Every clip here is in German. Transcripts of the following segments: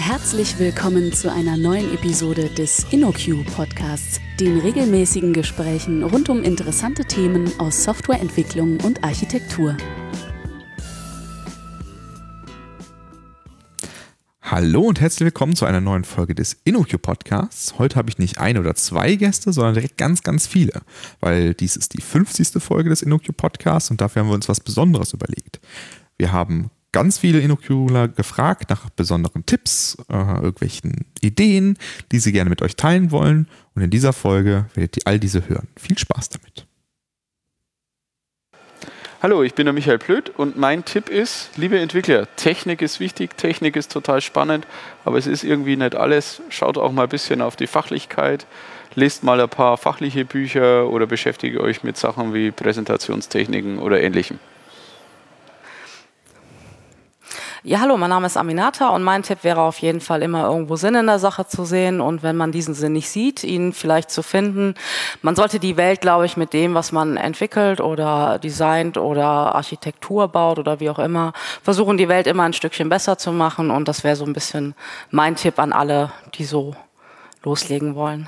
Herzlich willkommen zu einer neuen Episode des InnoQ Podcasts, den regelmäßigen Gesprächen rund um interessante Themen aus Softwareentwicklung und Architektur. Hallo und herzlich willkommen zu einer neuen Folge des InnoQ Podcasts. Heute habe ich nicht ein oder zwei Gäste, sondern direkt ganz, ganz viele, weil dies ist die 50. Folge des InnoQ Podcasts und dafür haben wir uns was Besonderes überlegt. Wir haben ganz viele InnoQler gefragt nach besonderen Tipps, irgendwelchen Ideen, die sie gerne mit euch teilen wollen. Und in dieser Folge werdet ihr all diese hören. Viel Spaß damit. Hallo, ich bin der Michael Plöth und mein Tipp ist, liebe Entwickler, Technik ist wichtig, Technik ist total spannend, aber es ist irgendwie nicht alles. Schaut auch mal ein bisschen auf die Fachlichkeit, lest mal ein paar fachliche Bücher oder beschäftigt euch mit Sachen wie Präsentationstechniken oder Ähnlichem. Ja, hallo, mein Name ist Aminata und mein Tipp wäre auf jeden Fall immer irgendwo Sinn in der Sache zu sehen und wenn man diesen Sinn nicht sieht, ihn vielleicht zu finden. Man sollte die Welt, glaube ich, mit dem, was man entwickelt oder designt oder Architektur baut oder wie auch immer, versuchen die Welt immer ein Stückchen besser zu machen und das wäre so ein bisschen mein Tipp an alle, die so loslegen wollen.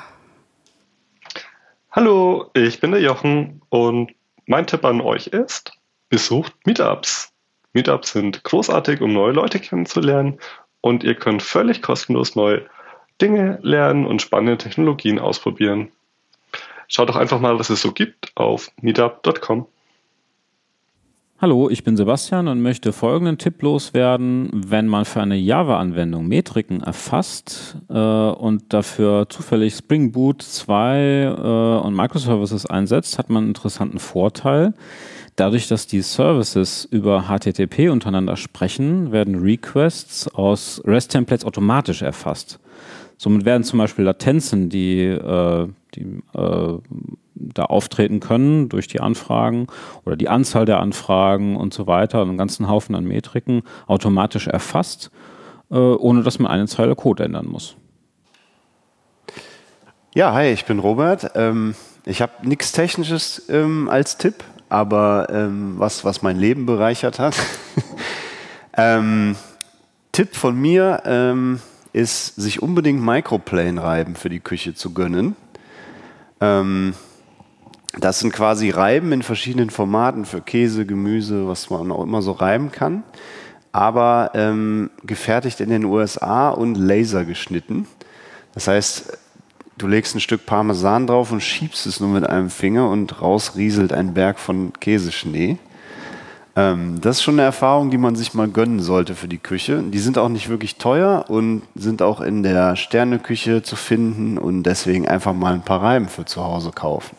Hallo, ich bin der Jochen und mein Tipp an euch ist, besucht Meetups. Meetups sind großartig, um neue Leute kennenzulernen und ihr könnt völlig kostenlos neue Dinge lernen und spannende Technologien ausprobieren. Schaut doch einfach mal, was es so gibt auf meetup.com. Hallo, ich bin Sebastian und möchte folgenden Tipp loswerden. Wenn man für eine Java-Anwendung Metriken erfasst und dafür zufällig Spring Boot 2 und Microservices einsetzt, hat man einen interessanten Vorteil. Dadurch, dass die Services über HTTP untereinander sprechen, werden Requests aus REST-Templates automatisch erfasst. Somit werden zum Beispiel Latenzen, die da auftreten können durch die Anfragen oder die Anzahl der Anfragen und so weiter und einen ganzen Haufen an Metriken automatisch erfasst, ohne dass man eine Zeile Code ändern muss. Ja, hi, ich bin Robert. Ich habe nichts Technisches als Tipp, aber was mein Leben bereichert hat. Tipp von mir ist, sich unbedingt Microplane-Reiben für die Küche zu gönnen. Das sind quasi Reiben in verschiedenen Formaten für Käse, Gemüse, was man auch immer so reiben kann, aber gefertigt in den USA und lasergeschnitten. Das heißt, du legst ein Stück Parmesan drauf und schiebst es nur mit einem Finger und raus rieselt ein Berg von Käseschnee. Das ist schon eine Erfahrung, die man sich mal gönnen sollte für die Küche. Die sind auch nicht wirklich teuer und sind auch in der Sterneküche zu finden und deswegen einfach mal ein paar Reiben für zu Hause kaufen.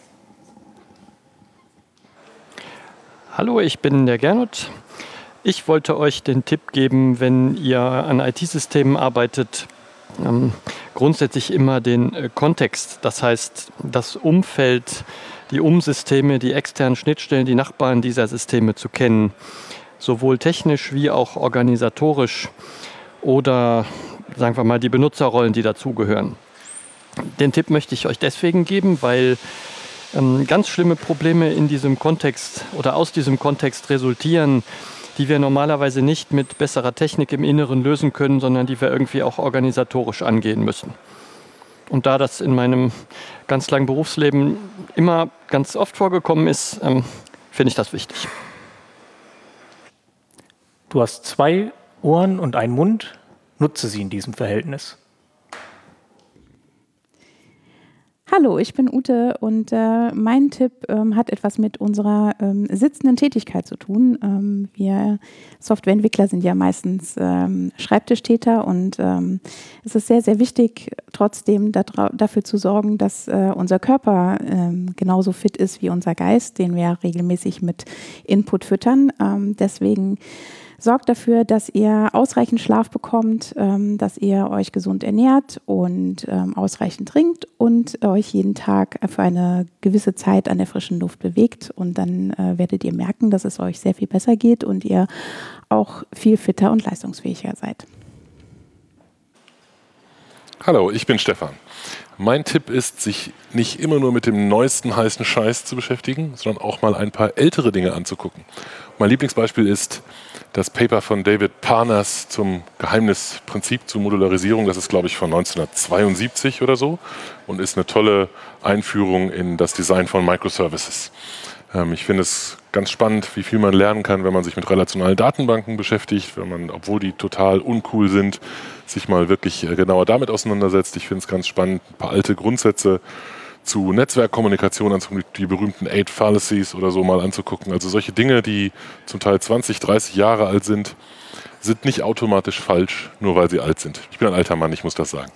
Hallo, ich bin der Gernot. Ich wollte euch den Tipp geben, wenn ihr an IT-Systemen arbeitet, grundsätzlich immer den Kontext, das heißt das Umfeld, die Umsysteme, die externen Schnittstellen, die Nachbarn dieser Systeme zu kennen, sowohl technisch wie auch organisatorisch oder sagen wir mal die Benutzerrollen, die dazugehören. Den Tipp möchte ich euch deswegen geben, weil ganz schlimme Probleme in diesem Kontext oder aus diesem Kontext resultieren, die wir normalerweise nicht mit besserer Technik im Inneren lösen können, sondern die wir irgendwie auch organisatorisch angehen müssen. Und da das in meinem ganz langen Berufsleben immer ganz oft vorgekommen ist, finde ich das wichtig. Du hast 2 Ohren und einen Mund. Nutze sie in diesem Verhältnis. Hallo, ich bin Ute und mein Tipp hat etwas mit unserer sitzenden Tätigkeit zu tun. Wir Softwareentwickler sind ja meistens Schreibtischtäter und es ist sehr, sehr wichtig, trotzdem dafür zu sorgen, dass unser Körper genauso fit ist wie unser Geist, den wir regelmäßig mit Input füttern. Deswegen sorgt dafür, dass ihr ausreichend Schlaf bekommt, dass ihr euch gesund ernährt und ausreichend trinkt und euch jeden Tag für eine gewisse Zeit an der frischen Luft bewegt. Und dann werdet ihr merken, dass es euch sehr viel besser geht und ihr auch viel fitter und leistungsfähiger seid. Hallo, ich bin Stefan. Mein Tipp ist, sich nicht immer nur mit dem neuesten heißen Scheiß zu beschäftigen, sondern auch mal ein paar ältere Dinge anzugucken. Mein Lieblingsbeispiel ist das Paper von David Parnas zum Geheimnisprinzip zur Modularisierung. Das ist, glaube ich, von 1972 oder so und ist eine tolle Einführung in das Design von Microservices. Ich finde es ganz spannend, wie viel man lernen kann, wenn man sich mit relationalen Datenbanken beschäftigt, wenn man, obwohl die total uncool sind, sich mal wirklich genauer damit auseinandersetzt. Ich finde es ganz spannend, ein paar alte Grundsätze zu Netzwerkkommunikation, also die berühmten 8 Fallacies oder so mal anzugucken. Also solche Dinge, die zum Teil 20, 30 Jahre alt sind, sind nicht automatisch falsch, nur weil sie alt sind. Ich bin ein alter Mann, ich muss das sagen.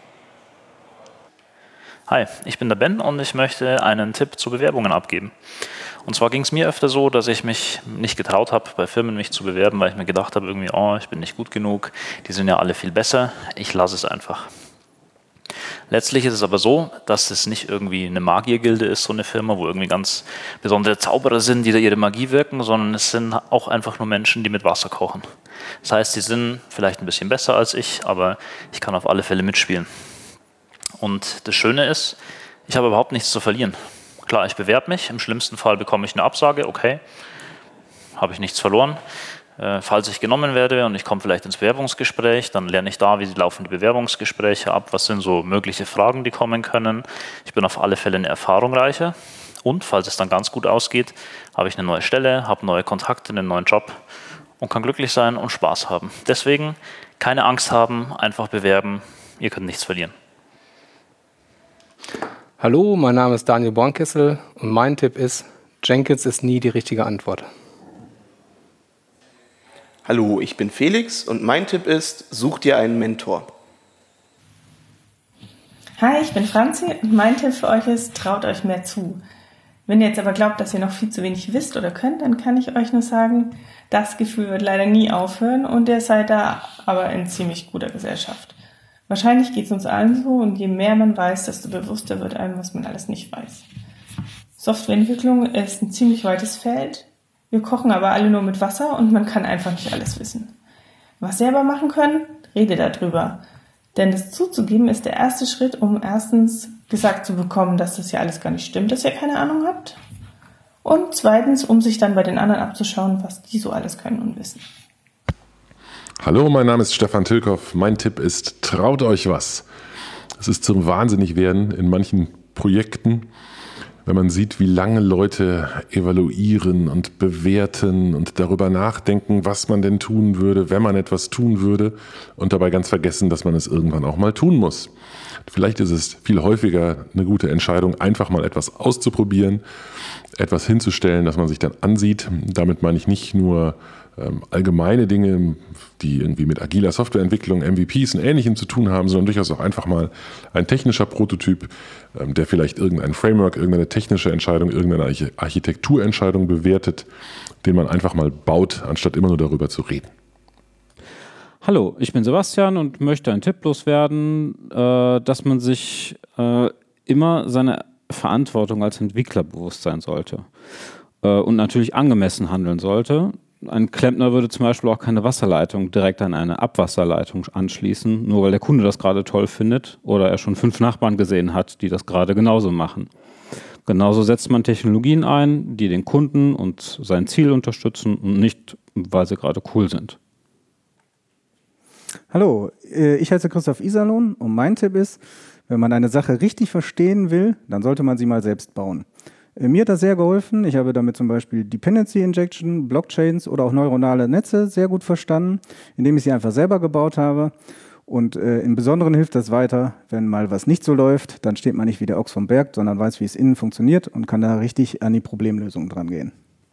Hi, ich bin der Ben und ich möchte einen Tipp zu Bewerbungen abgeben. Und zwar ging es mir öfter so, dass ich mich nicht getraut habe, bei Firmen mich zu bewerben, weil ich mir gedacht habe, irgendwie, ich bin nicht gut genug, die sind ja alle viel besser, ich lasse es einfach. Letztlich ist es aber so, dass es nicht irgendwie eine Magiergilde ist, so eine Firma, wo irgendwie ganz besondere Zauberer sind, die da ihre Magie wirken, sondern es sind auch einfach nur Menschen, die mit Wasser kochen. Das heißt, sie sind vielleicht ein bisschen besser als ich, aber ich kann auf alle Fälle mitspielen. Und das Schöne ist, ich habe überhaupt nichts zu verlieren. Klar, ich bewerbe mich, im schlimmsten Fall bekomme ich eine Absage, okay, habe ich nichts verloren. Falls ich genommen werde und ich komme vielleicht ins Bewerbungsgespräch, dann lerne ich da, wie laufen die Bewerbungsgespräche ab, was sind so mögliche Fragen, die kommen können. Ich bin auf alle Fälle eine Erfahrung reicher und falls es dann ganz gut ausgeht, habe ich eine neue Stelle, habe neue Kontakte, einen neuen Job und kann glücklich sein und Spaß haben. Deswegen keine Angst haben, einfach bewerben, ihr könnt nichts verlieren. Hallo, mein Name ist Daniel Bornkessel und mein Tipp ist, Jenkins ist nie die richtige Antwort. Hallo, ich bin Felix und mein Tipp ist, such dir einen Mentor. Hi, ich bin Franzi und mein Tipp für euch ist, traut euch mehr zu. Wenn ihr jetzt aber glaubt, dass ihr noch viel zu wenig wisst oder könnt, dann kann ich euch nur sagen, das Gefühl wird leider nie aufhören und ihr seid da aber in ziemlich guter Gesellschaft. Wahrscheinlich geht es uns allen so und je mehr man weiß, desto bewusster wird einem, was man alles nicht weiß. Softwareentwicklung ist ein ziemlich weites Feld. Wir kochen aber alle nur mit Wasser und man kann einfach nicht alles wissen. Was ihr aber machen könnt, redet darüber. Denn das zuzugeben ist der erste Schritt, um erstens gesagt zu bekommen, dass das ja alles gar nicht stimmt, dass ihr keine Ahnung habt. Und zweitens, um sich dann bei den anderen abzuschauen, was die so alles können und wissen. Hallo, mein Name ist Stefan Tilkoff. Mein Tipp ist, traut euch was. Es ist zum Wahnsinnigwerden in manchen Projekten, wenn man sieht, wie lange Leute evaluieren und bewerten und darüber nachdenken, was man denn tun würde, wenn man etwas tun würde und dabei ganz vergessen, dass man es irgendwann auch mal tun muss. Vielleicht ist es viel häufiger eine gute Entscheidung, einfach mal etwas auszuprobieren, etwas hinzustellen, das man sich dann ansieht. Damit meine ich nicht nur allgemeine Dinge, die irgendwie mit agiler Softwareentwicklung, MVPs und Ähnlichem zu tun haben, sondern durchaus auch einfach mal ein technischer Prototyp, der vielleicht irgendein Framework, irgendeine technische Entscheidung, irgendeine Architekturentscheidung bewertet, den man einfach mal baut, anstatt immer nur darüber zu reden. Hallo, ich bin Sebastian und möchte einen Tipp loswerden, dass man sich immer seiner Verantwortung als Entwickler bewusst sein sollte und natürlich angemessen handeln sollte. Ein Klempner würde zum Beispiel auch keine Wasserleitung direkt an eine Abwasserleitung anschließen, nur weil der Kunde das gerade toll findet oder er schon 5 Nachbarn gesehen hat, die das gerade genauso machen. Genauso setzt man Technologien ein, die den Kunden und sein Ziel unterstützen und nicht, weil sie gerade cool sind. Hallo, ich heiße Christoph Iserlohn und mein Tipp ist, wenn man eine Sache richtig verstehen will, dann sollte man sie mal selbst bauen. Mir hat das sehr geholfen. Ich habe damit zum Beispiel Dependency Injection, Blockchains oder auch neuronale Netze sehr gut verstanden, indem ich sie einfach selber gebaut habe. Und im Besonderen hilft das weiter, wenn mal was nicht so läuft, dann steht man nicht wie der Ochs vom Berg, sondern weiß, wie es innen funktioniert und kann da richtig an die Problemlösung dran gehen.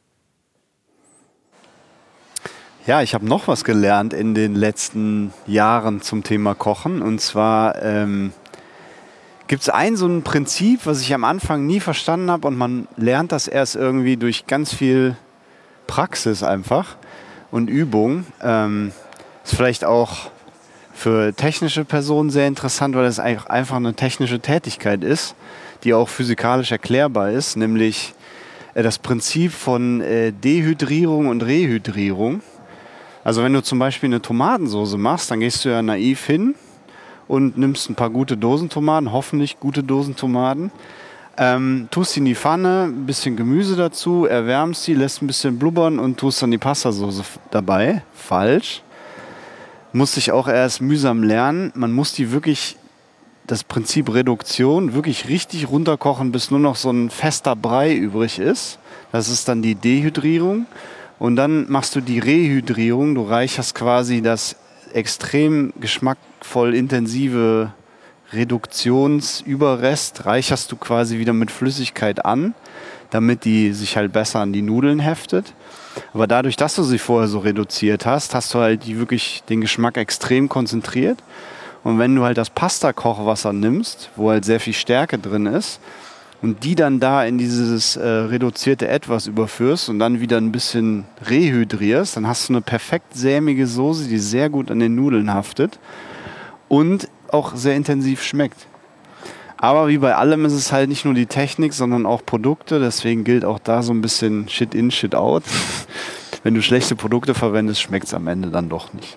Ja, ich habe noch was gelernt in den letzten Jahren zum Thema Kochen. Und zwar gibt es so ein Prinzip, was ich am Anfang nie verstanden habe und man lernt das erst irgendwie durch ganz viel Praxis einfach und Übung. Ist vielleicht auch für technische Personen sehr interessant, weil es einfach eine technische Tätigkeit ist, die auch physikalisch erklärbar ist, nämlich das Prinzip von Dehydrierung und Rehydrierung. Also wenn du zum Beispiel eine Tomatensauce machst, dann gehst du ja naiv hin und nimmst ein paar gute Dosentomaten, hoffentlich gute Dosentomaten, Tust sie in die Pfanne, ein bisschen Gemüse dazu, erwärmst sie, lässt ein bisschen blubbern und tust dann die Pastasauce dabei. Falsch. Musste ich auch erst mühsam lernen. Man muss die wirklich, das Prinzip Reduktion, wirklich richtig runterkochen, bis nur noch so ein fester Brei übrig ist. Das ist dann die Dehydrierung. Und dann machst du die Rehydrierung. Du reicherst quasi das extrem geschmackvoll intensive Reduktionsüberrest, reicherst du quasi wieder mit Flüssigkeit an, damit die sich halt besser an die Nudeln heftet. Aber dadurch, dass du sie vorher so reduziert hast, hast du halt wirklich den Geschmack extrem konzentriert. Und wenn du halt das Pasta-Kochwasser nimmst, wo halt sehr viel Stärke drin ist, und die dann da in dieses reduzierte Etwas überführst und dann wieder ein bisschen rehydrierst, dann hast du eine perfekt sämige Soße, die sehr gut an den Nudeln haftet und auch sehr intensiv schmeckt. Aber wie bei allem ist es halt nicht nur die Technik, sondern auch Produkte. Deswegen gilt auch da so ein bisschen Shit in, Shit out. Wenn du schlechte Produkte verwendest, schmeckt es am Ende dann doch nicht.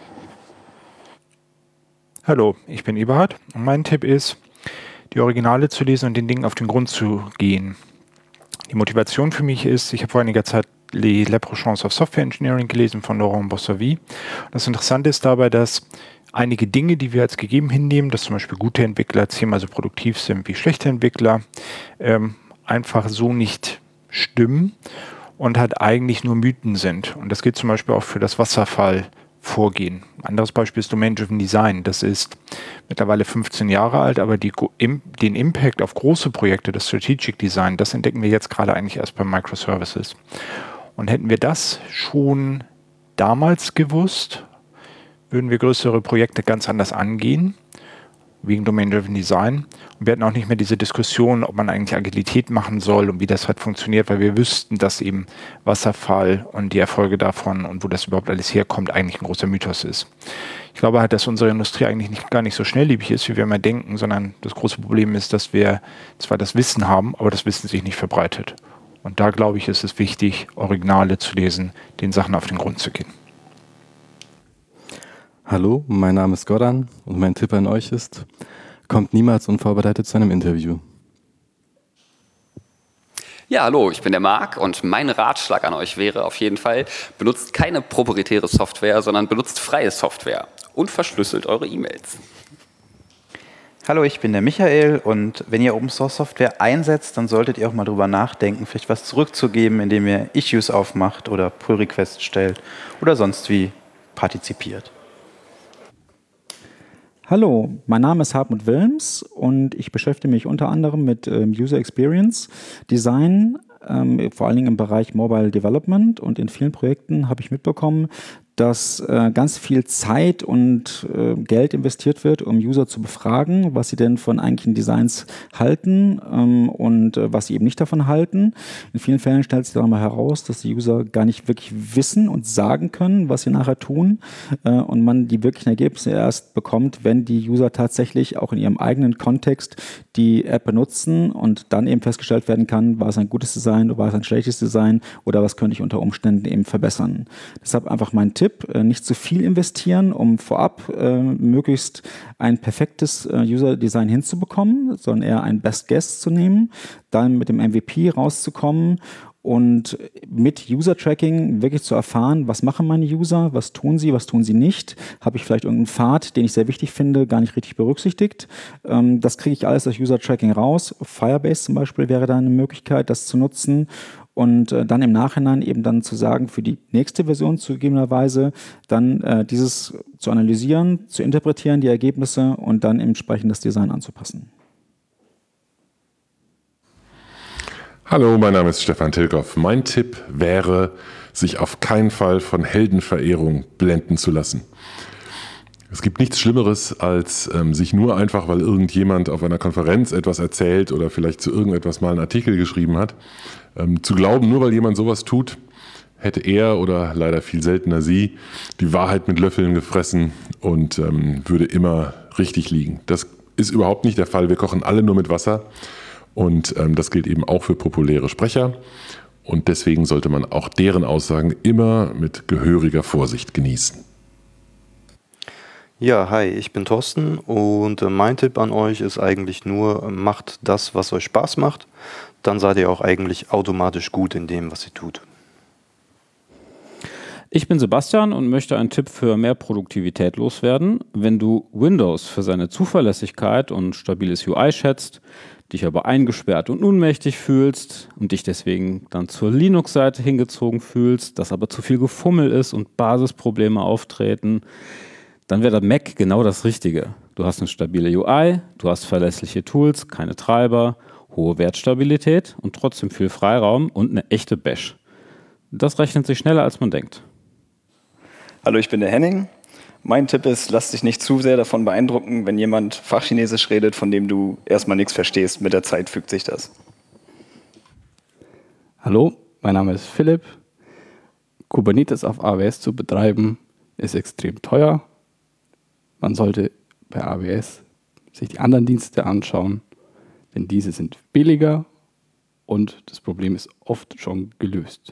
Hallo, ich bin Eberhard und mein Tipp ist, die Originale zu lesen und den Dingen auf den Grund zu gehen. Die Motivation für mich ist, ich habe vor einiger Zeit Les Leprochons of Software Engineering gelesen von Laurent Boissavy. Das Interessante ist dabei, dass einige Dinge, die wir als gegeben hinnehmen, dass zum Beispiel gute Entwickler zehnmal so produktiv sind wie schlechte Entwickler, einfach so nicht stimmen und halt eigentlich nur Mythen sind. Und das gilt zum Beispiel auch für das Wasserfallvorgehen. Ein anderes Beispiel ist Domain-Driven Design. Das ist mittlerweile 15 Jahre alt, aber den Impact auf große Projekte, das Strategic Design, das entdecken wir jetzt gerade eigentlich erst bei Microservices. Und hätten wir das schon damals gewusst, würden wir größere Projekte ganz anders angehen, wegen Domain-Driven Design. Und wir hätten auch nicht mehr diese Diskussion, ob man eigentlich Agilität machen soll und wie das halt funktioniert, weil wir wüssten, dass eben Wasserfall und die Erfolge davon und wo das überhaupt alles herkommt, eigentlich ein großer Mythos ist. Ich glaube halt, dass unsere Industrie eigentlich gar nicht so schnelllebig ist, wie wir immer denken, sondern das große Problem ist, dass wir zwar das Wissen haben, aber das Wissen sich nicht verbreitet. Und da, glaube ich, ist es wichtig, Originale zu lesen, den Sachen auf den Grund zu gehen. Hallo, mein Name ist Goran und mein Tipp an euch ist, kommt niemals unvorbereitet zu einem Interview. Ja, hallo, ich bin der Marc und mein Ratschlag an euch wäre auf jeden Fall, benutzt keine proprietäre Software, sondern benutzt freie Software und verschlüsselt eure E-Mails. Hallo, ich bin der Michael und wenn ihr Open Source Software einsetzt, dann solltet ihr auch mal drüber nachdenken, vielleicht was zurückzugeben, indem ihr Issues aufmacht oder Pull Requests stellt oder sonst wie partizipiert. Hallo, mein Name ist Hartmut Wilms und ich beschäftige mich unter anderem mit User Experience Design, vor allen Dingen im Bereich Mobile Development, und in vielen Projekten habe ich mitbekommen, dass ganz viel Zeit und Geld investiert wird, um User zu befragen, was sie denn von eigentlichen Designs halten und was sie eben nicht davon halten. In vielen Fällen stellt sich dann mal heraus, dass die User gar nicht wirklich wissen und sagen können, was sie nachher tun, und man die wirklichen Ergebnisse erst bekommt, wenn die User tatsächlich auch in ihrem eigenen Kontext die App benutzen und dann eben festgestellt werden kann, war es ein gutes Design oder war es ein schlechtes Design oder was könnte ich unter Umständen eben verbessern. Deshalb einfach mein Tipp: Nicht zu viel investieren, um vorab möglichst ein perfektes User-Design hinzubekommen, sondern eher ein Best Guess zu nehmen, dann mit dem MVP rauszukommen und mit User-Tracking wirklich zu erfahren, was machen meine User, was tun sie nicht, habe ich vielleicht irgendeinen Pfad, den ich sehr wichtig finde, gar nicht richtig berücksichtigt. Das kriege ich alles durch User-Tracking raus. Firebase zum Beispiel wäre da eine Möglichkeit, das zu nutzen. Und dann im Nachhinein eben dann zu sagen, für die nächste Version zugegebenerweise dann dieses zu analysieren, zu interpretieren, die Ergebnisse, und dann entsprechend das Design anzupassen. Hallo, mein Name ist Stefan Tilkoff. Mein Tipp wäre, sich auf keinen Fall von Heldenverehrung blenden zu lassen. Es gibt nichts Schlimmeres, als sich nur einfach, weil irgendjemand auf einer Konferenz etwas erzählt oder vielleicht zu irgendetwas mal einen Artikel geschrieben hat, zu glauben, nur weil jemand sowas tut, hätte er oder leider viel seltener sie die Wahrheit mit Löffeln gefressen und würde immer richtig liegen. Das ist überhaupt nicht der Fall. Wir kochen alle nur mit Wasser und das gilt eben auch für populäre Sprecher. Und deswegen sollte man auch deren Aussagen immer mit gehöriger Vorsicht genießen. Ja, hi, ich bin Thorsten und mein Tipp an euch ist eigentlich nur, macht das, was euch Spaß macht. Dann seid ihr auch eigentlich automatisch gut in dem, was ihr tut. Ich bin Sebastian und möchte einen Tipp für mehr Produktivität loswerden. Wenn du Windows für seine Zuverlässigkeit und stabiles UI schätzt, dich aber eingesperrt und unmächtig fühlst und dich deswegen dann zur Linux-Seite hingezogen fühlst, dass aber zu viel Gefummel ist und Basisprobleme auftreten, dann wäre der Mac genau das Richtige. Du hast eine stabile UI, du hast verlässliche Tools, keine Treiber, hohe Wertstabilität und trotzdem viel Freiraum und eine echte Bash. Das rechnet sich schneller, als man denkt. Hallo, ich bin der Henning. Mein Tipp ist, lass dich nicht zu sehr davon beeindrucken, wenn jemand Fachchinesisch redet, von dem du erstmal nichts verstehst. Mit der Zeit fügt sich das. Hallo, mein Name ist Philipp. Kubernetes auf AWS zu betreiben ist extrem teuer. Man sollte bei AWS sich die anderen Dienste anschauen, denn diese sind billiger und das Problem ist oft schon gelöst.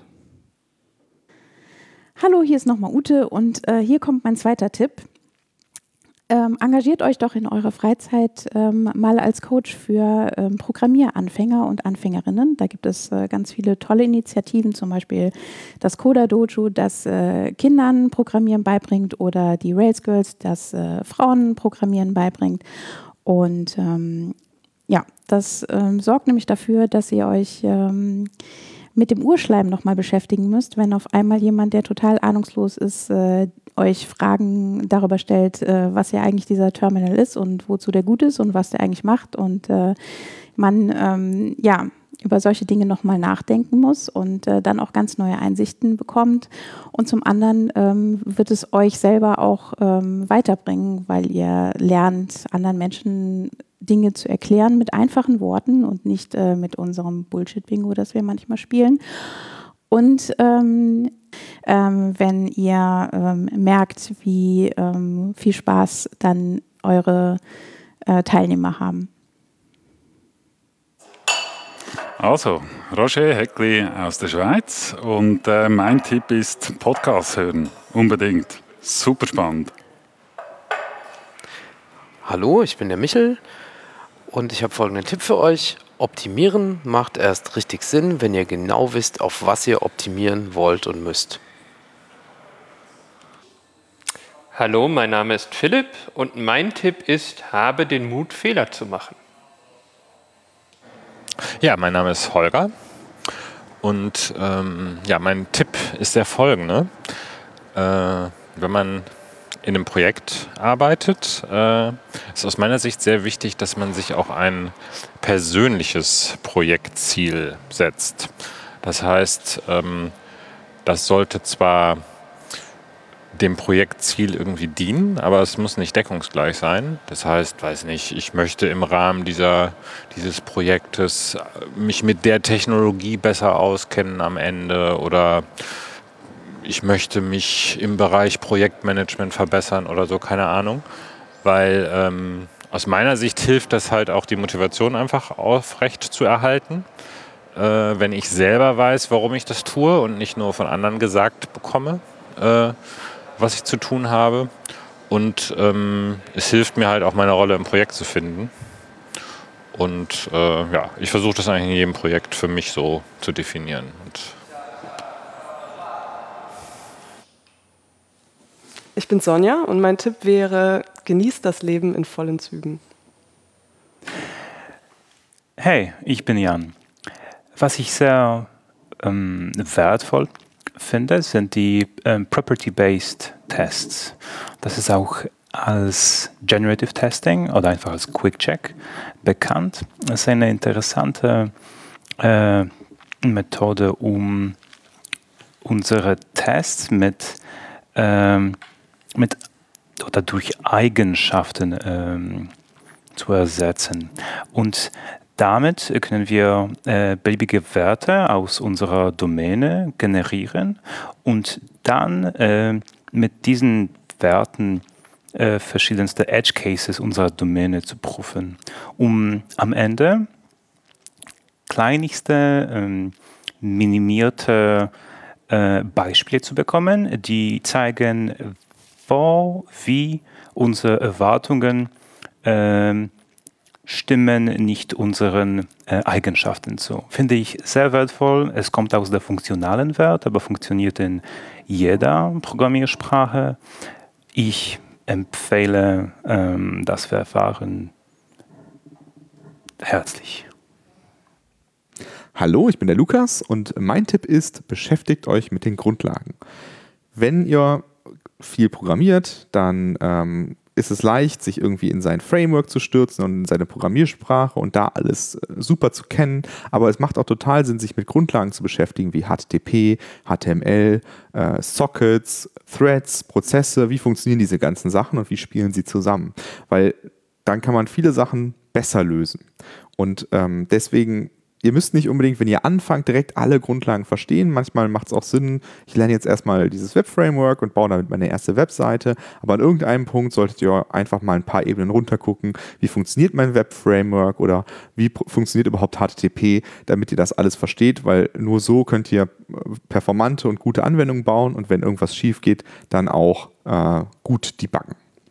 Hallo, hier ist nochmal Ute und hier kommt mein zweiter Tipp. Engagiert euch doch in eurer Freizeit mal als Coach für Programmieranfänger und Anfängerinnen. Da gibt es ganz viele tolle Initiativen, zum Beispiel das Coder Dojo, das Kindern Programmieren beibringt, oder die Rails Girls, das Frauen Programmieren beibringt. Und das sorgt nämlich dafür, dass ihr euch mit dem Urschleim nochmal beschäftigen müsst, wenn auf einmal jemand, der total ahnungslos ist, euch Fragen darüber stellt, was ja eigentlich dieser Terminal ist und wozu der gut ist und was der eigentlich macht, und man über solche Dinge nochmal nachdenken muss und dann auch ganz neue Einsichten bekommt. Und zum anderen wird es euch selber auch weiterbringen, weil ihr lernt, anderen Menschen Dinge zu erklären mit einfachen Worten und nicht mit unserem Bullshit-Bingo, das wir manchmal spielen. Und wenn ihr merkt, wie viel Spaß dann eure Teilnehmer haben. Also, Roger Heckli aus der Schweiz, und mein Tipp ist Podcast hören. Unbedingt. Super spannend. Hallo, ich bin der Michel und ich habe folgenden Tipp für euch. Optimieren macht erst richtig Sinn, wenn ihr genau wisst, auf was ihr optimieren wollt und müsst. Hallo, mein Name ist Philipp und mein Tipp ist, habe den Mut, Fehler zu machen. Ja, mein Name ist Holger und mein Tipp ist der folgende. Wenn man in einem Projekt arbeitet, ist aus meiner Sicht sehr wichtig, dass man sich auch ein persönliches Projektziel setzt. Das heißt, das sollte zwar dem Projektziel irgendwie dienen, aber es muss nicht deckungsgleich sein. Das heißt, ich möchte im Rahmen dieses Projektes mich mit der Technologie besser auskennen am Ende, oder ich möchte mich im Bereich Projektmanagement verbessern oder so, keine Ahnung. Weil aus meiner Sicht hilft das halt auch, die Motivation einfach aufrecht zu erhalten, wenn ich selber weiß, warum ich das tue und nicht nur von anderen gesagt bekomme, was ich zu tun habe. Und es hilft mir halt auch, meine Rolle im Projekt zu finden. Und ich versuche das eigentlich in jedem Projekt für mich so zu definieren. Ich bin Sonja und mein Tipp wäre, genießt das Leben in vollen Zügen. Hey, ich bin Jan. Was ich sehr wertvoll finde, sind die Property-Based Tests. Das ist auch als Generative Testing oder einfach als Quick Check bekannt. Das ist eine interessante Methode, um unsere Tests oder durch Eigenschaften zu ersetzen. Und damit können wir beliebige Werte aus unserer Domäne generieren und dann mit diesen Werten verschiedenste Edge Cases unserer Domäne zu prüfen, um am Ende kleinste minimierte Beispiele zu bekommen, die zeigen, wo, wie unsere Erwartungen stimmen nicht unseren Eigenschaften zu. Finde ich sehr wertvoll. Es kommt aus der funktionalen Welt, aber funktioniert in jeder Programmiersprache. Ich empfehle das Verfahren herzlich. Hallo, ich bin der Lukas und mein Tipp ist, beschäftigt euch mit den Grundlagen. Wenn ihr viel programmiert, dann ist es leicht, sich irgendwie in sein Framework zu stürzen und in seine Programmiersprache und da alles super zu kennen. Aber es macht auch total Sinn, sich mit Grundlagen zu beschäftigen, wie HTTP, HTML, Sockets, Threads, Prozesse. Wie funktionieren diese ganzen Sachen und wie spielen sie zusammen? Weil dann kann man viele Sachen besser lösen. Und deswegen, ihr müsst nicht unbedingt, wenn ihr anfangt, direkt alle Grundlagen verstehen. Manchmal macht es auch Sinn, ich lerne jetzt erstmal dieses Web-Framework und baue damit meine erste Webseite. Aber an irgendeinem Punkt solltet ihr einfach mal ein paar Ebenen runtergucken. Wie funktioniert mein Web-Framework oder wie funktioniert überhaupt HTTP, damit ihr das alles versteht, weil nur so könnt ihr performante und gute Anwendungen bauen und wenn irgendwas schief geht, dann auch gut debuggen.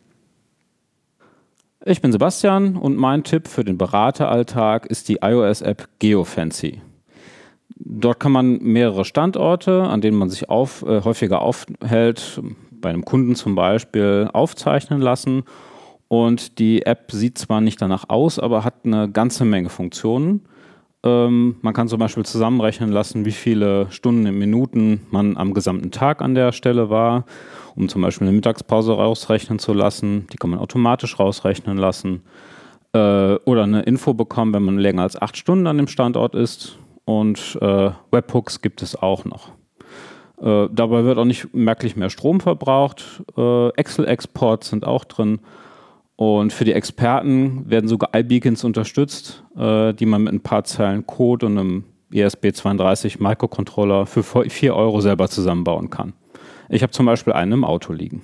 Ich bin Sebastian und mein Tipp für den Berateralltag ist die iOS-App GeoFancy. Dort kann man mehrere Standorte, an denen man sich häufiger aufhält, bei einem Kunden zum Beispiel, aufzeichnen lassen. Und die App sieht zwar nicht danach aus, aber hat eine ganze Menge Funktionen. Man kann zum Beispiel zusammenrechnen lassen, wie viele Stunden in Minuten man am gesamten Tag an der Stelle war, um zum Beispiel eine Mittagspause rausrechnen zu lassen. Die kann man automatisch rausrechnen lassen. Oder eine Info bekommen, wenn man länger als 8 Stunden an dem Standort ist. Und Webhooks gibt es auch noch. Dabei wird auch nicht merklich mehr Strom verbraucht. Excel-Exports sind auch drin. Und für die Experten werden sogar iBeacons unterstützt, die man mit ein paar Zeilen Code und einem ESP32 Microcontroller für 4 € selber zusammenbauen kann. Ich habe zum Beispiel einen im Auto liegen.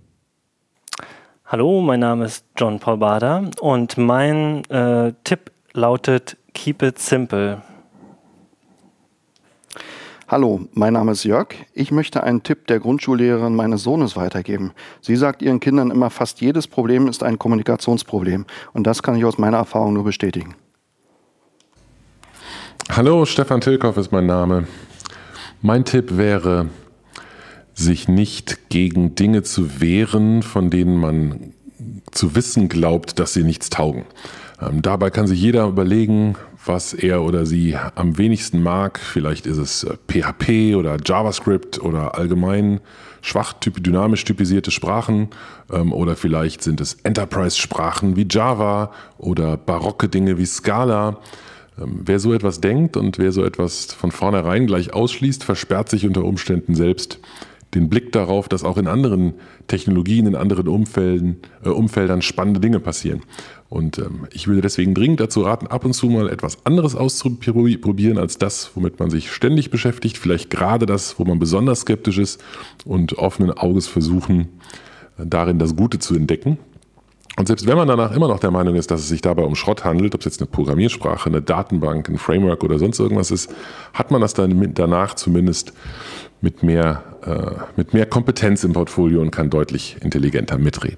Hallo, mein Name ist John Paul Bader und mein Tipp lautet Keep it simple. Hallo, mein Name ist Jörg. Ich möchte einen Tipp der Grundschullehrerin meines Sohnes weitergeben. Sie sagt ihren Kindern immer, fast jedes Problem ist ein Kommunikationsproblem. Und das kann ich aus meiner Erfahrung nur bestätigen. Hallo, Stefan Tilkoff ist mein Name. Mein Tipp wäre, sich nicht gegen Dinge zu wehren, von denen man zu wissen glaubt, dass sie nichts taugen. Dabei kann sich jeder überlegen, was er oder sie am wenigsten mag. Vielleicht ist es PHP oder JavaScript oder allgemein dynamisch typisierte Sprachen oder vielleicht sind es Enterprise-Sprachen wie Java oder barocke Dinge wie Scala. Wer so etwas denkt und wer so etwas von vornherein gleich ausschließt, versperrt sich unter Umständen selbst den Blick darauf, dass auch in anderen Technologien, in anderen Umfeldern spannende Dinge passieren. Und ich würde deswegen dringend dazu raten, ab und zu mal etwas anderes auszuprobieren als das, womit man sich ständig beschäftigt. Vielleicht gerade das, wo man besonders skeptisch ist und offenen Auges versuchen, darin das Gute zu entdecken. Und selbst wenn man danach immer noch der Meinung ist, dass es sich dabei um Schrott handelt, ob es jetzt eine Programmiersprache, eine Datenbank, ein Framework oder sonst irgendwas ist, hat man das dann danach zumindest mit mehr Kompetenz im Portfolio und kann deutlich intelligenter mitreden.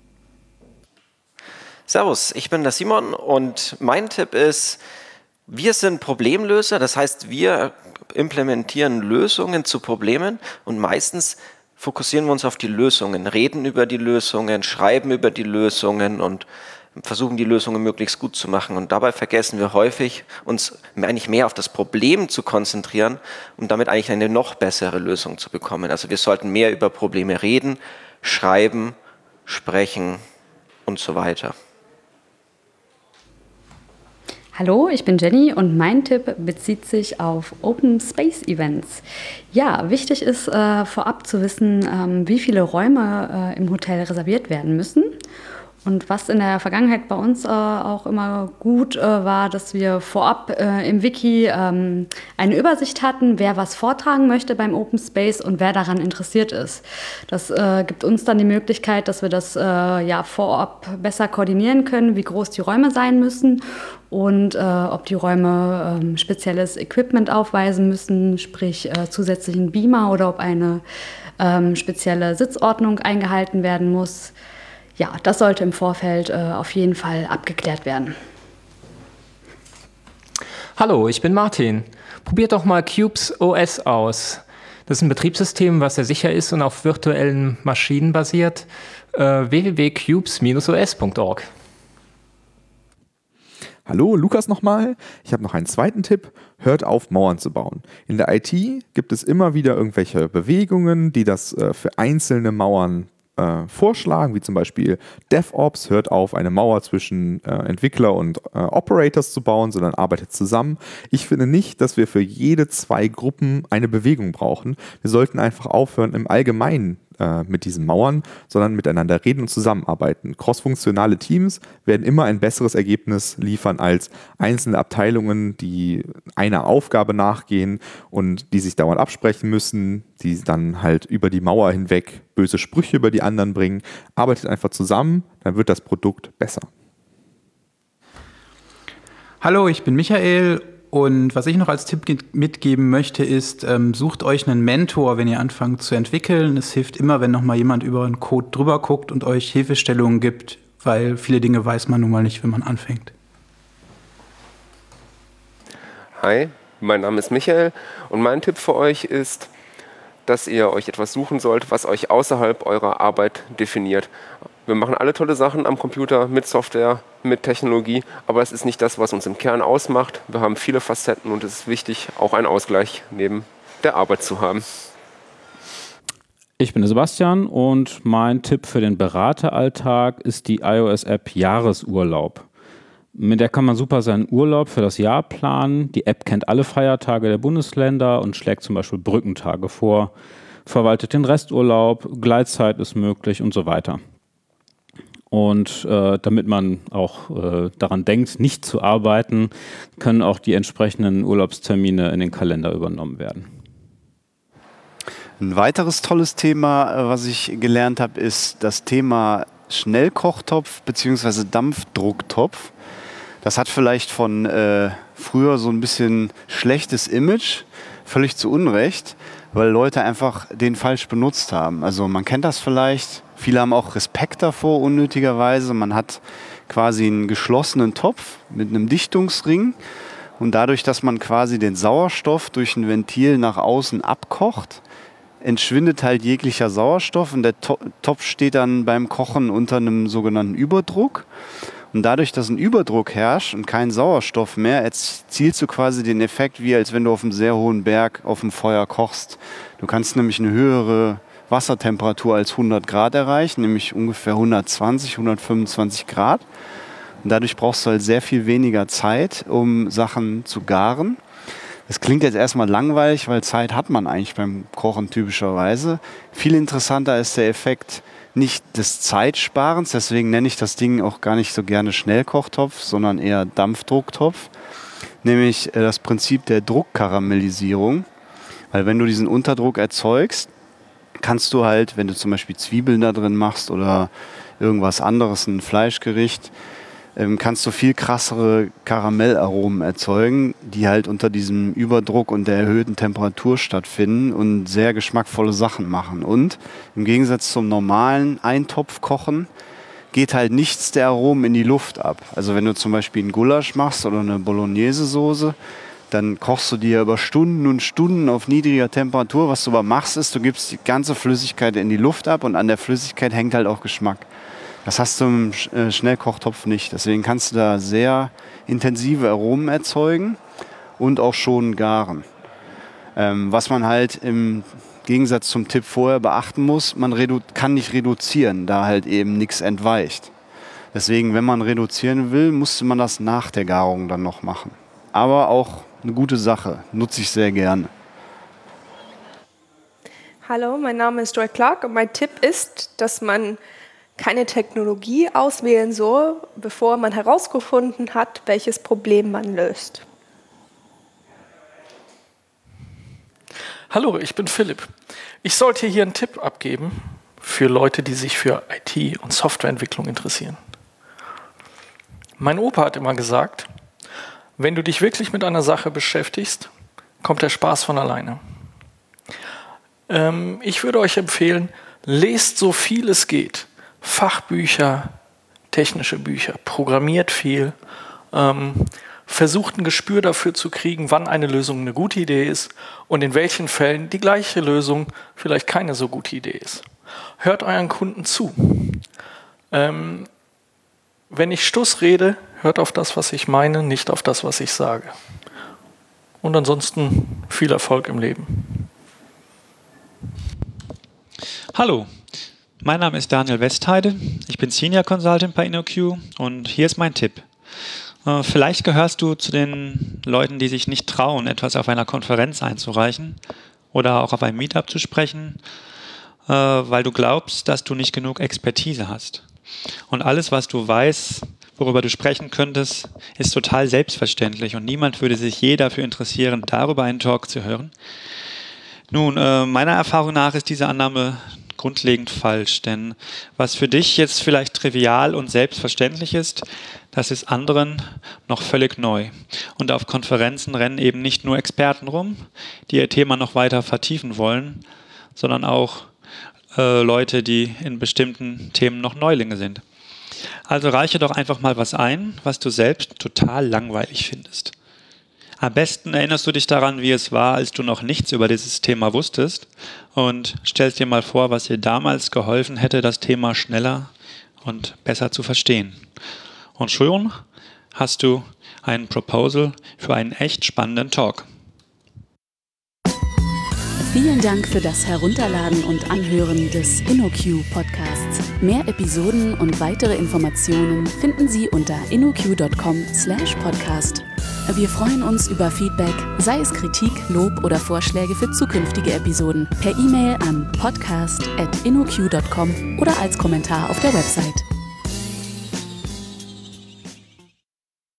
Servus, ich bin der Simon und mein Tipp ist, wir sind Problemlöser, das heißt, wir implementieren Lösungen zu Problemen und meistens fokussieren wir uns auf die Lösungen, reden über die Lösungen, schreiben über die Lösungen und versuchen die Lösungen möglichst gut zu machen. Und dabei vergessen wir häufig, uns eigentlich mehr auf das Problem zu konzentrieren, um damit eigentlich eine noch bessere Lösung zu bekommen. Also wir sollten mehr über Probleme reden, schreiben, sprechen und so weiter. Hallo, ich bin Jenny und mein Tipp bezieht sich auf Open Space Events. Ja, wichtig ist vorab zu wissen, wie viele Räume im Hotel reserviert werden müssen. Und was in der Vergangenheit bei uns auch immer gut war, dass wir vorab im Wiki eine Übersicht hatten, wer was vortragen möchte beim Open Space und wer daran interessiert ist. Das gibt uns dann die Möglichkeit, dass wir das vorab besser koordinieren können, wie groß die Räume sein müssen und ob die Räume spezielles Equipment aufweisen müssen, sprich zusätzlichen Beamer oder ob eine spezielle Sitzordnung eingehalten werden muss. Ja, das sollte im Vorfeld auf jeden Fall abgeklärt werden. Hallo, ich bin Martin. Probiert doch mal Qubes OS aus. Das ist ein Betriebssystem, was sehr sicher ist und auf virtuellen Maschinen basiert. www.qubes-os.org. Hallo, Lukas nochmal. Ich habe noch einen zweiten Tipp. Hört auf, Mauern zu bauen. In der IT gibt es immer wieder irgendwelche Bewegungen, die das für einzelne Mauern vorschlagen, wie zum Beispiel DevOps hört auf, eine Mauer zwischen Entwickler und Operators zu bauen, sondern arbeitet zusammen. Ich finde nicht, dass wir für jede 2 Gruppen eine Bewegung brauchen. Wir sollten einfach aufhören, im Allgemeinen mit diesen Mauern, sondern miteinander reden und zusammenarbeiten. Crossfunktionale Teams werden immer ein besseres Ergebnis liefern als einzelne Abteilungen, die einer Aufgabe nachgehen und die sich dauernd absprechen müssen, die dann halt über die Mauer hinweg böse Sprüche über die anderen bringen. Arbeitet einfach zusammen, dann wird das Produkt besser. Hallo, ich bin Michael und was ich noch als Tipp mitgeben möchte ist, sucht euch einen Mentor, wenn ihr anfangt zu entwickeln. Es hilft immer, wenn nochmal jemand über einen Code drüber guckt und euch Hilfestellungen gibt, weil viele Dinge weiß man nun mal nicht, wenn man anfängt. Hi, mein Name ist Michael und mein Tipp für euch ist, dass ihr euch etwas suchen sollt, was euch außerhalb eurer Arbeit definiert. Wir machen alle tolle Sachen am Computer, mit Software, mit Technologie, aber es ist nicht das, was uns im Kern ausmacht. Wir haben viele Facetten und es ist wichtig, auch einen Ausgleich neben der Arbeit zu haben. Ich bin der Sebastian und mein Tipp für den Berateralltag ist die iOS-App Jahresurlaub. Mit der kann man super seinen Urlaub für das Jahr planen. Die App kennt alle Feiertage der Bundesländer und schlägt zum Beispiel Brückentage vor, verwaltet den Resturlaub, Gleitzeit ist möglich und so weiter. Und damit man auch daran denkt, nicht zu arbeiten, können auch die entsprechenden Urlaubstermine in den Kalender übernommen werden. Ein weiteres tolles Thema, was ich gelernt habe, ist das Thema Schnellkochtopf bzw. Dampfdrucktopf. Das hat vielleicht von früher so ein bisschen schlechtes Image, völlig zu Unrecht, weil Leute einfach den falsch benutzt haben. Also man kennt das vielleicht, viele haben auch Respekt davor unnötigerweise. Man hat quasi einen geschlossenen Topf mit einem Dichtungsring und dadurch, dass man quasi den Sauerstoff durch ein Ventil nach außen abkocht, entschwindet halt jeglicher Sauerstoff und der Topf steht dann beim Kochen unter einem sogenannten Überdruck. Und dadurch, dass ein Überdruck herrscht und kein Sauerstoff mehr, erzielst du quasi den Effekt, wie als wenn du auf einem sehr hohen Berg auf dem Feuer kochst. Du kannst nämlich eine höhere Wassertemperatur als 100 Grad erreichen, nämlich ungefähr 120, 125 Grad. Und dadurch brauchst du halt sehr viel weniger Zeit, um Sachen zu garen. Das klingt jetzt erstmal langweilig, weil Zeit hat man eigentlich beim Kochen typischerweise. Viel interessanter ist der Effekt nicht des Zeitsparens, deswegen nenne ich das Ding auch gar nicht so gerne Schnellkochtopf, sondern eher Dampfdrucktopf, nämlich das Prinzip der Druckkaramellisierung. Weil wenn du diesen Unterdruck erzeugst, kannst du halt, wenn du zum Beispiel Zwiebeln da drin machst oder irgendwas anderes, ein Fleischgericht, kannst du viel krassere Karamellaromen erzeugen, die halt unter diesem Überdruck und der erhöhten Temperatur stattfinden und sehr geschmackvolle Sachen machen. Und im Gegensatz zum normalen Eintopfkochen geht halt nichts der Aromen in die Luft ab. Also wenn du zum Beispiel einen Gulasch machst oder eine Bolognese-Soße, dann kochst du dir über Stunden und Stunden auf niedriger Temperatur. Was du aber machst, ist, du gibst die ganze Flüssigkeit in die Luft ab und an der Flüssigkeit hängt halt auch Geschmack. Das hast du im Schnellkochtopf nicht. Deswegen kannst du da sehr intensive Aromen erzeugen und auch schon garen. Was man halt im Gegensatz zum Tipp vorher beachten muss, man kann nicht reduzieren, da halt eben nichts entweicht. Deswegen, wenn man reduzieren will, musste man das nach der Garung dann noch machen. Aber auch eine gute Sache, nutze ich sehr gerne. Hallo, mein Name ist Joy Clark und mein Tipp ist, dass man keine Technologie auswählen soll, bevor man herausgefunden hat, welches Problem man löst. Hallo, ich bin Philipp. Ich sollte hier einen Tipp abgeben für Leute, die sich für IT und Softwareentwicklung interessieren. Mein Opa hat immer gesagt, wenn du dich wirklich mit einer Sache beschäftigst, kommt der Spaß von alleine. Ich würde euch empfehlen, lest so viel es geht. Fachbücher, technische Bücher, programmiert viel, versucht ein Gespür dafür zu kriegen, wann eine Lösung eine gute Idee ist und in welchen Fällen die gleiche Lösung vielleicht keine so gute Idee ist. Hört euren Kunden zu. Wenn ich Stuss rede, hört auf das, was ich meine, nicht auf das, was ich sage. Und ansonsten viel Erfolg im Leben. Hallo, mein Name ist Daniel Westheide. Ich bin Senior Consultant bei InnoQ und hier ist mein Tipp. Vielleicht gehörst du zu den Leuten, die sich nicht trauen, etwas auf einer Konferenz einzureichen oder auch auf einem Meetup zu sprechen, weil du glaubst, dass du nicht genug Expertise hast. Und alles, was du weißt, worüber du sprechen könntest, ist total selbstverständlich und niemand würde sich je dafür interessieren, darüber einen Talk zu hören. Nun, meiner Erfahrung nach ist diese Annahme grundlegend falsch, denn was für dich jetzt vielleicht trivial und selbstverständlich ist, das ist anderen noch völlig neu. Und auf Konferenzen rennen eben nicht nur Experten rum, die ihr Thema noch weiter vertiefen wollen, sondern auch Leute, die in bestimmten Themen noch Neulinge sind. Also reiche doch einfach mal was ein, was du selbst total langweilig findest. Am besten erinnerst du dich daran, wie es war, als du noch nichts über dieses Thema wusstest und stellst dir mal vor, was dir damals geholfen hätte, das Thema schneller und besser zu verstehen. Und schon hast du ein Proposal für einen echt spannenden Talk. Vielen Dank für das Herunterladen und Anhören des InnoQ Podcasts. Mehr Episoden und weitere Informationen finden Sie unter innoq.com/podcast. Wir freuen uns über Feedback, sei es Kritik, Lob oder Vorschläge für zukünftige Episoden, per E-Mail an podcast@innoq.com oder als Kommentar auf der Website.